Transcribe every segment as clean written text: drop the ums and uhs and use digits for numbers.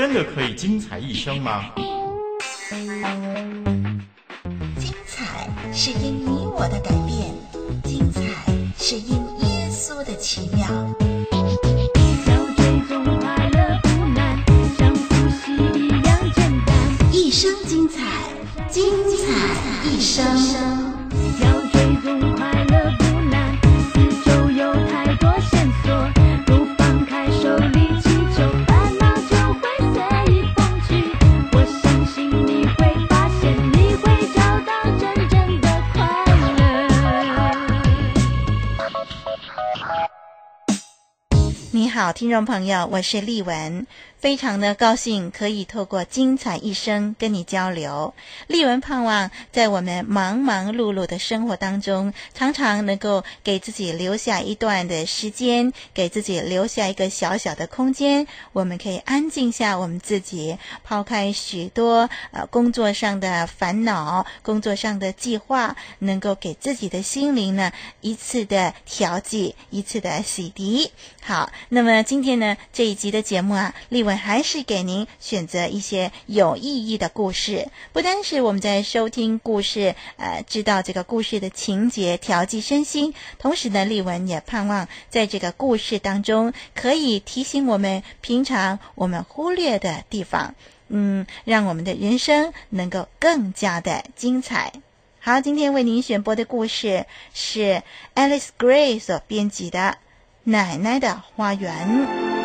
真的可以精彩一生吗？ 精彩是因你我的改变，精彩是因耶稣的奇妙。 要追踪快乐不难，像呼吸一样简单。 一生精彩，精彩一生。 要追踪快乐不难，四周有太多线索，不放开手力气球，烦恼就会随意风去。我相信你会发现，你会找到真正的快乐。 你好，听众朋友，我是丽文，非常的高兴可以透过精彩一生跟你交流。丽文盼望在我们忙忙碌碌的生活当中，常常能够给自己留下一段的时间，给自己留下一个小小的空间，我们可以安静下我们自己，抛开许多工作上的烦恼，工作上的计划，能够给自己的心灵呢一次的调剂，一次的洗涤。好，那么今天呢这一集的节目啊，丽文还是给您选择一些有意义的故事，不单是我们在收听故事知道这个故事的情节，调剂身心，同时呢丽文也盼望在这个故事当中可以提醒我们平常我们忽略的地方，让我们的人生能够更加的精彩。好，今天为您选播的故事是 Alice Gray 所编辑的奶奶的花园。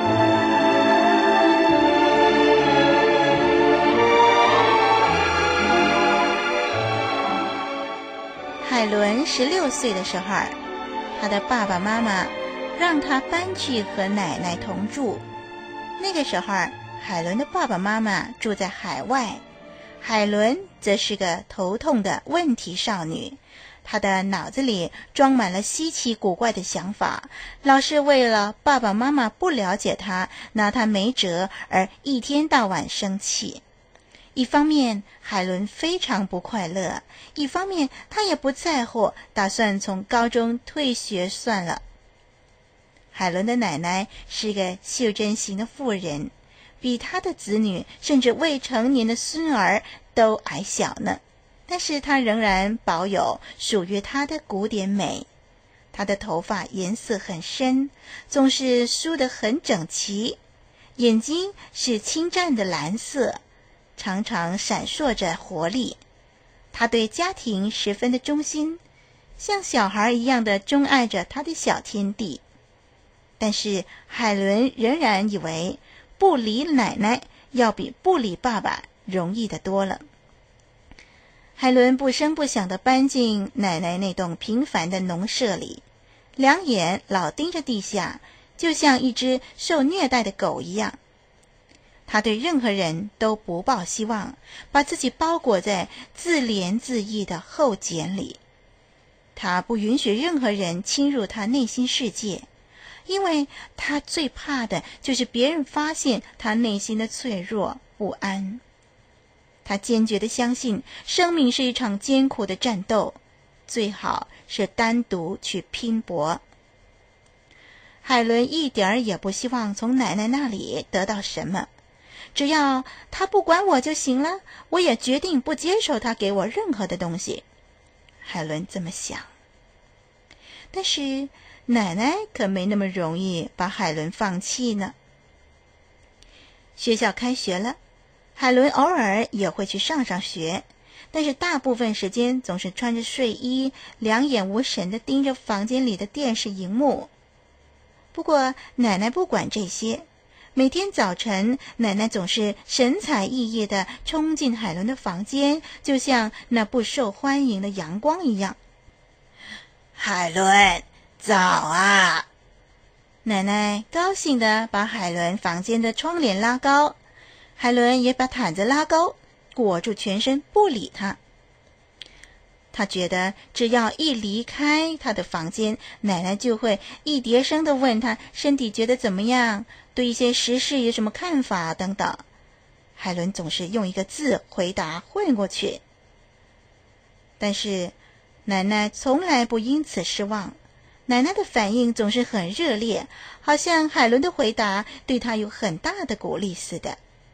海伦16岁的时候，他的爸爸妈妈让他搬去和奶奶同住。那个时候，海伦的爸爸妈妈住在海外，海伦则是个头痛的问题少女。他的脑子里装满了稀奇古怪的想法，老是为了爸爸妈妈不了解他，拿他没辙而一天到晚生气。一方面海伦非常不快乐，一方面他也不在乎，打算从高中退学算了。海伦的奶奶是个袖珍型的妇人，比他的子女甚至未成年的孙儿都矮小呢，但是她仍然保有属于她的古典美。她的头发颜色很深，总是梳得很整齐，眼睛是清湛的蓝色，常常闪烁着活力。她对家庭十分的忠心，像小孩一样的钟爱着她的小天地。但是海伦仍然以为不理奶奶要比不理爸爸容易得多了。海伦不声不响地搬进奶奶那栋平凡的农舍里，两眼老盯着地下，就像一只受虐待的狗一样。他对任何人都不抱希望，把自己包裹在自怜自艾的厚茧里。他不允许任何人侵入他内心世界，因为他最怕的就是别人发现他内心的脆弱不安。他坚决地相信生命是一场艰苦的战斗，最好是单独去拼搏。海伦一点儿也不希望从奶奶那里得到什么，只要她不管我就行了，我也决定不接受她给我任何的东西。海伦这么想。但是奶奶可没那么容易把海伦放弃呢。学校开学了，海伦偶尔也会去上学，但是大部分时间总是穿着睡衣，两眼无神地盯着房间里的电视荧幕。不过奶奶不管这些，每天早晨奶奶总是神采奕奕地冲进海伦的房间，就像那不受欢迎的阳光一样。海伦，早啊！奶奶高兴地把海伦房间的窗帘拉高，海伦也把毯子拉高，裹住全身不理她。她觉得只要一离开她的房间，奶奶就会一叠声地问她身体觉得怎么样，对一些时事有什么看法等等。海伦总是用一个字回答混过去。但是奶奶从来不因此失望，奶奶的反应总是很热烈，好像海伦的回答对她有很大的鼓励似的。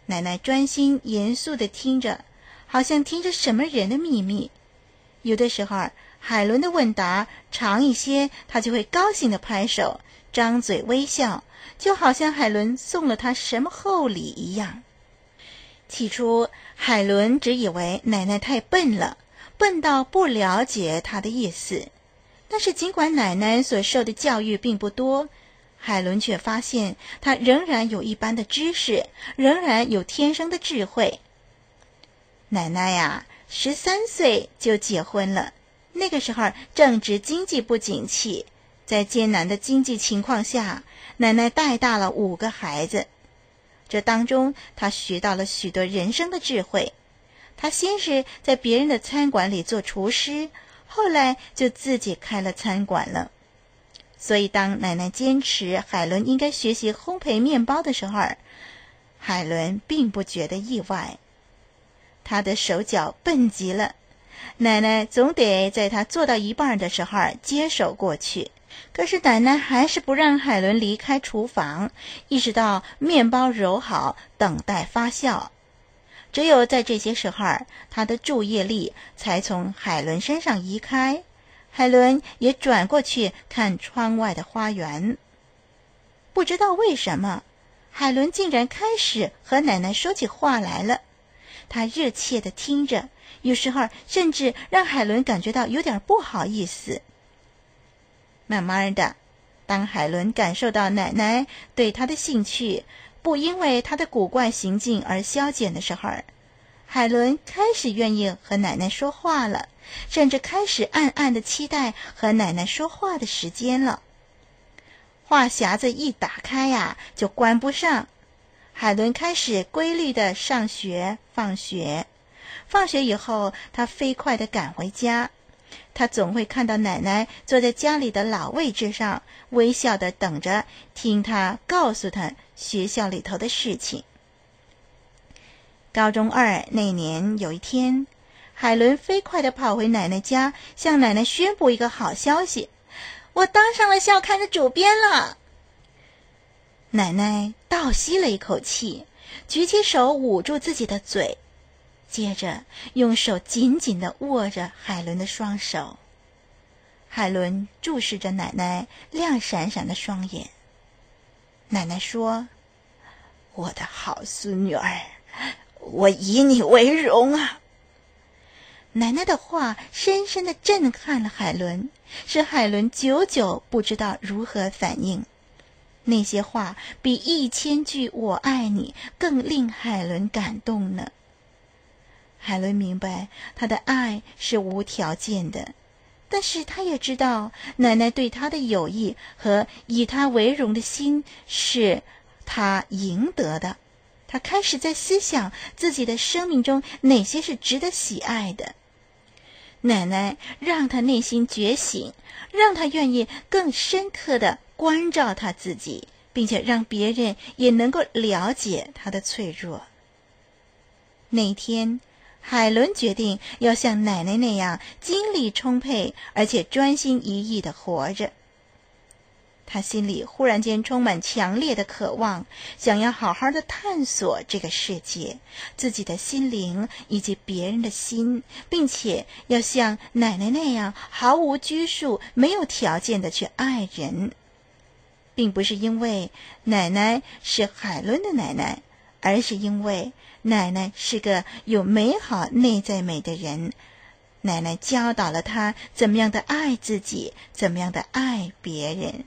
奶奶专心严肃地听着，好像听着什么人的秘密。有的时候海伦的问答长一些，他就会高兴地拍手，张嘴微笑，就好像海伦送了他什么厚礼一样。起初海伦只以为奶奶太笨了，笨到不了解他的意思。但是尽管奶奶所受的教育并不多，海伦却发现她仍然有一般的知识，仍然有天生的智慧。奶奶呀，13岁就结婚了，那个时候正值经济不景气，在艰难的经济情况下，奶奶带大了5个孩子。这当中她学到了许多人生的智慧。她先是在别人的餐馆里做厨师，后来就自己开了餐馆了。所以当奶奶坚持海伦应该学习烘焙面包的时候，海伦并不觉得意外。她的手脚笨极了，奶奶总得在她做到一半的时候接手过去。可是奶奶还是不让海伦离开厨房，一直到面包揉好，等待发酵。只有在这些时候，她的注意力才从海伦身上移开，海伦也转过去看窗外的花园。不知道为什么，海伦竟然开始和奶奶说起话来了。她热切地听着，有时候甚至让海伦感觉到有点不好意思。慢慢的，当海伦感受到奶奶对她的兴趣不因为她的古怪行径而消减的时候，海伦开始愿意和奶奶说话了，甚至开始暗暗地期待和奶奶说话的时间了。话匣子一打开呀，就关不上。海伦开始规律地上学放学，放学以后她飞快地赶回家。她总会看到奶奶坐在家里的老位置上，微笑地等着听她告诉她学校里头的事情。高中2那年有一天，海伦飞快地跑回奶奶家，向奶奶宣布一个好消息：我当上了校刊的主编了。奶奶倒吸了一口气，举起手捂住自己的嘴，接着用手紧紧地握着海伦的双手。海伦注视着奶奶亮闪闪的双眼。奶奶说：我的好孙女儿，我以你为荣啊。奶奶的话深深地震撼了海伦，使海伦久久不知道如何反应。那些话比1000句我爱你更令海伦感动呢。海伦明白她的爱是无条件的，但是她也知道奶奶对她的友谊和以她为荣的心是她赢得的。她开始在思想自己的生命中哪些是值得喜爱的。奶奶让她内心觉醒，让她愿意更深刻地关照她自己，并且让别人也能够了解她的脆弱。那天海伦决定要像奶奶那样精力充沛，而且专心一意地活着。她心里忽然间充满强烈的渴望，想要好好的探索这个世界，自己的心灵以及别人的心，并且要像奶奶那样毫无拘束、没有条件的去爱人。并不是因为奶奶是海伦的奶奶，而是因为奶奶是个有美好内在美的人。奶奶教导了她怎么样的爱自己，怎么样的爱别人。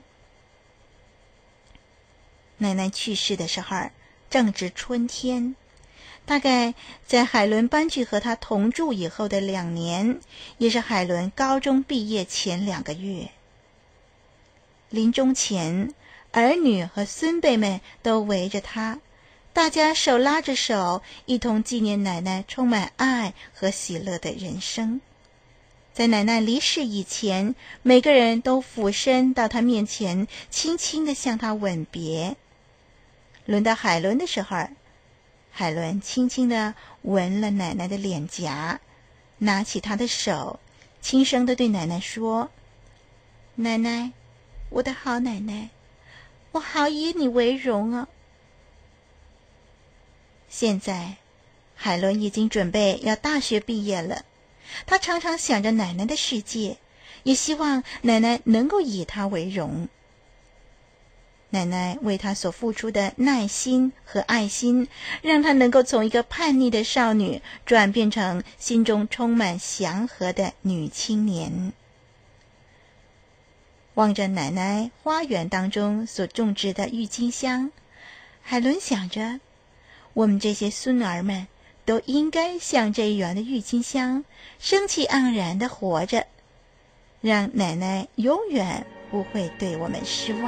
奶奶去世的时候正值春天，大概在海伦搬去和她同住以后的2年，也是海伦高中毕业前2个月。临终前，儿女和孙辈们都围着她，大家手拉着手，一同纪念奶奶充满爱和喜乐的人生。在奶奶离世以前，每个人都俯身到她面前，轻轻地向她吻别。轮到海伦的时候，海伦轻轻地吻了奶奶的脸颊，拿起她的手，轻声地对奶奶说：奶奶，我的好奶奶，我好以你为荣啊。 现在海伦已经准备要大学毕业了，他常常想着奶奶的世界，也希望奶奶能够以他为荣。奶奶为他所付出的耐心和爱心，让他能够从一个叛逆的少女转变成心中充满祥和的女青年。望着奶奶花园当中所种植的郁金香，海伦想着，我们这些孙儿们都应该像这一园的郁金香，生气盎然地活着，让奶奶永远不会对我们失望。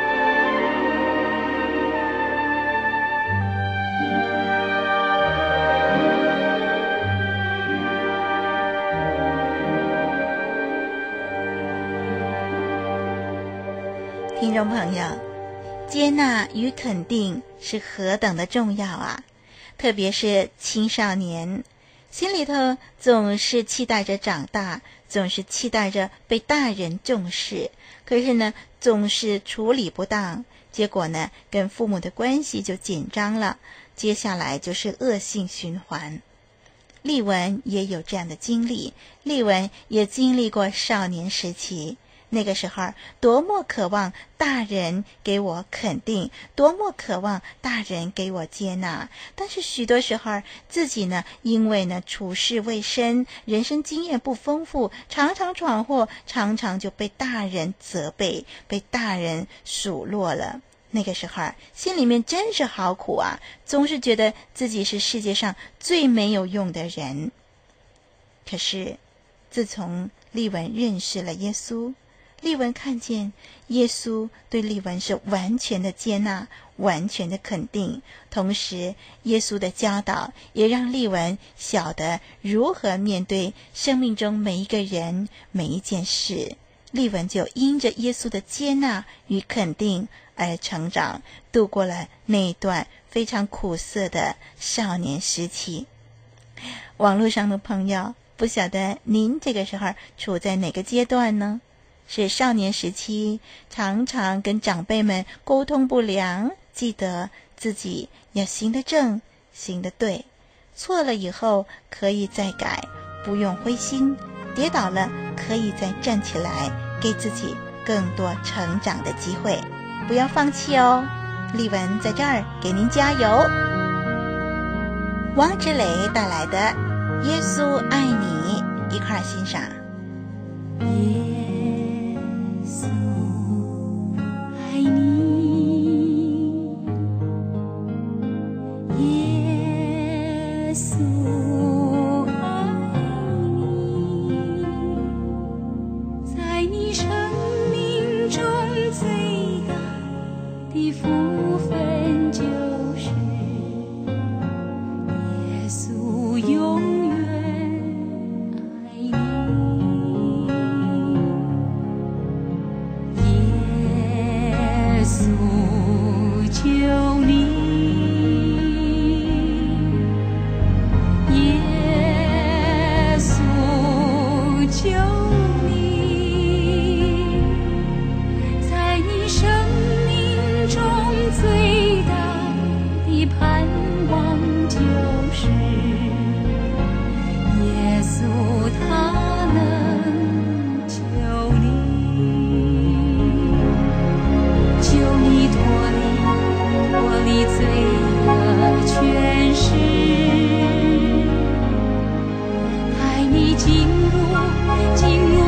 听众朋友，接纳与肯定是何等的重要啊！特别是青少年，心里头总是期待着长大，总是期待着被大人重视，可是呢，总是处理不当，结果呢，跟父母的关系就紧张了，接下来就是恶性循环。丽文也有这样的经历，丽文也经历过少年时期。那个时候多么渴望大人给我肯定，多么渴望大人给我接纳，但是许多时候自己呢，因为呢处事未深，人生经验不丰富，常常闯祸，常常就被大人责备，被大人数落了。那个时候心里面真是好苦啊，总是觉得自己是世界上最没有用的人。可是自从丽文认识了耶稣，丽文看见耶稣对丽文是完全的接纳，完全的肯定，同时耶稣的教导也让丽文晓得如何面对生命中每一个人，每一件事。丽文就因着耶稣的接纳与肯定而成长，度过了那一段非常苦涩的少年时期。网络上的朋友，不晓得您这个时候处在哪个阶段呢？是少年时期，常常跟长辈们沟通不良，记得自己要行得正，行得对，错了以后可以再改，不用灰心，跌倒了可以再站起来，给自己更多成长的机会，不要放弃哦。丽文在这儿给您加油。王芷蕾带来的《耶稣爱你》，一块儿欣赏。 耶稣爱你，耶稣爱你，在你生命中最大的福分就是耶稣永远爱你。耶稣救你，耶稣救你，在你生命中最大的盼望就是耶稣他能救你脱离罪恶权势，带你进入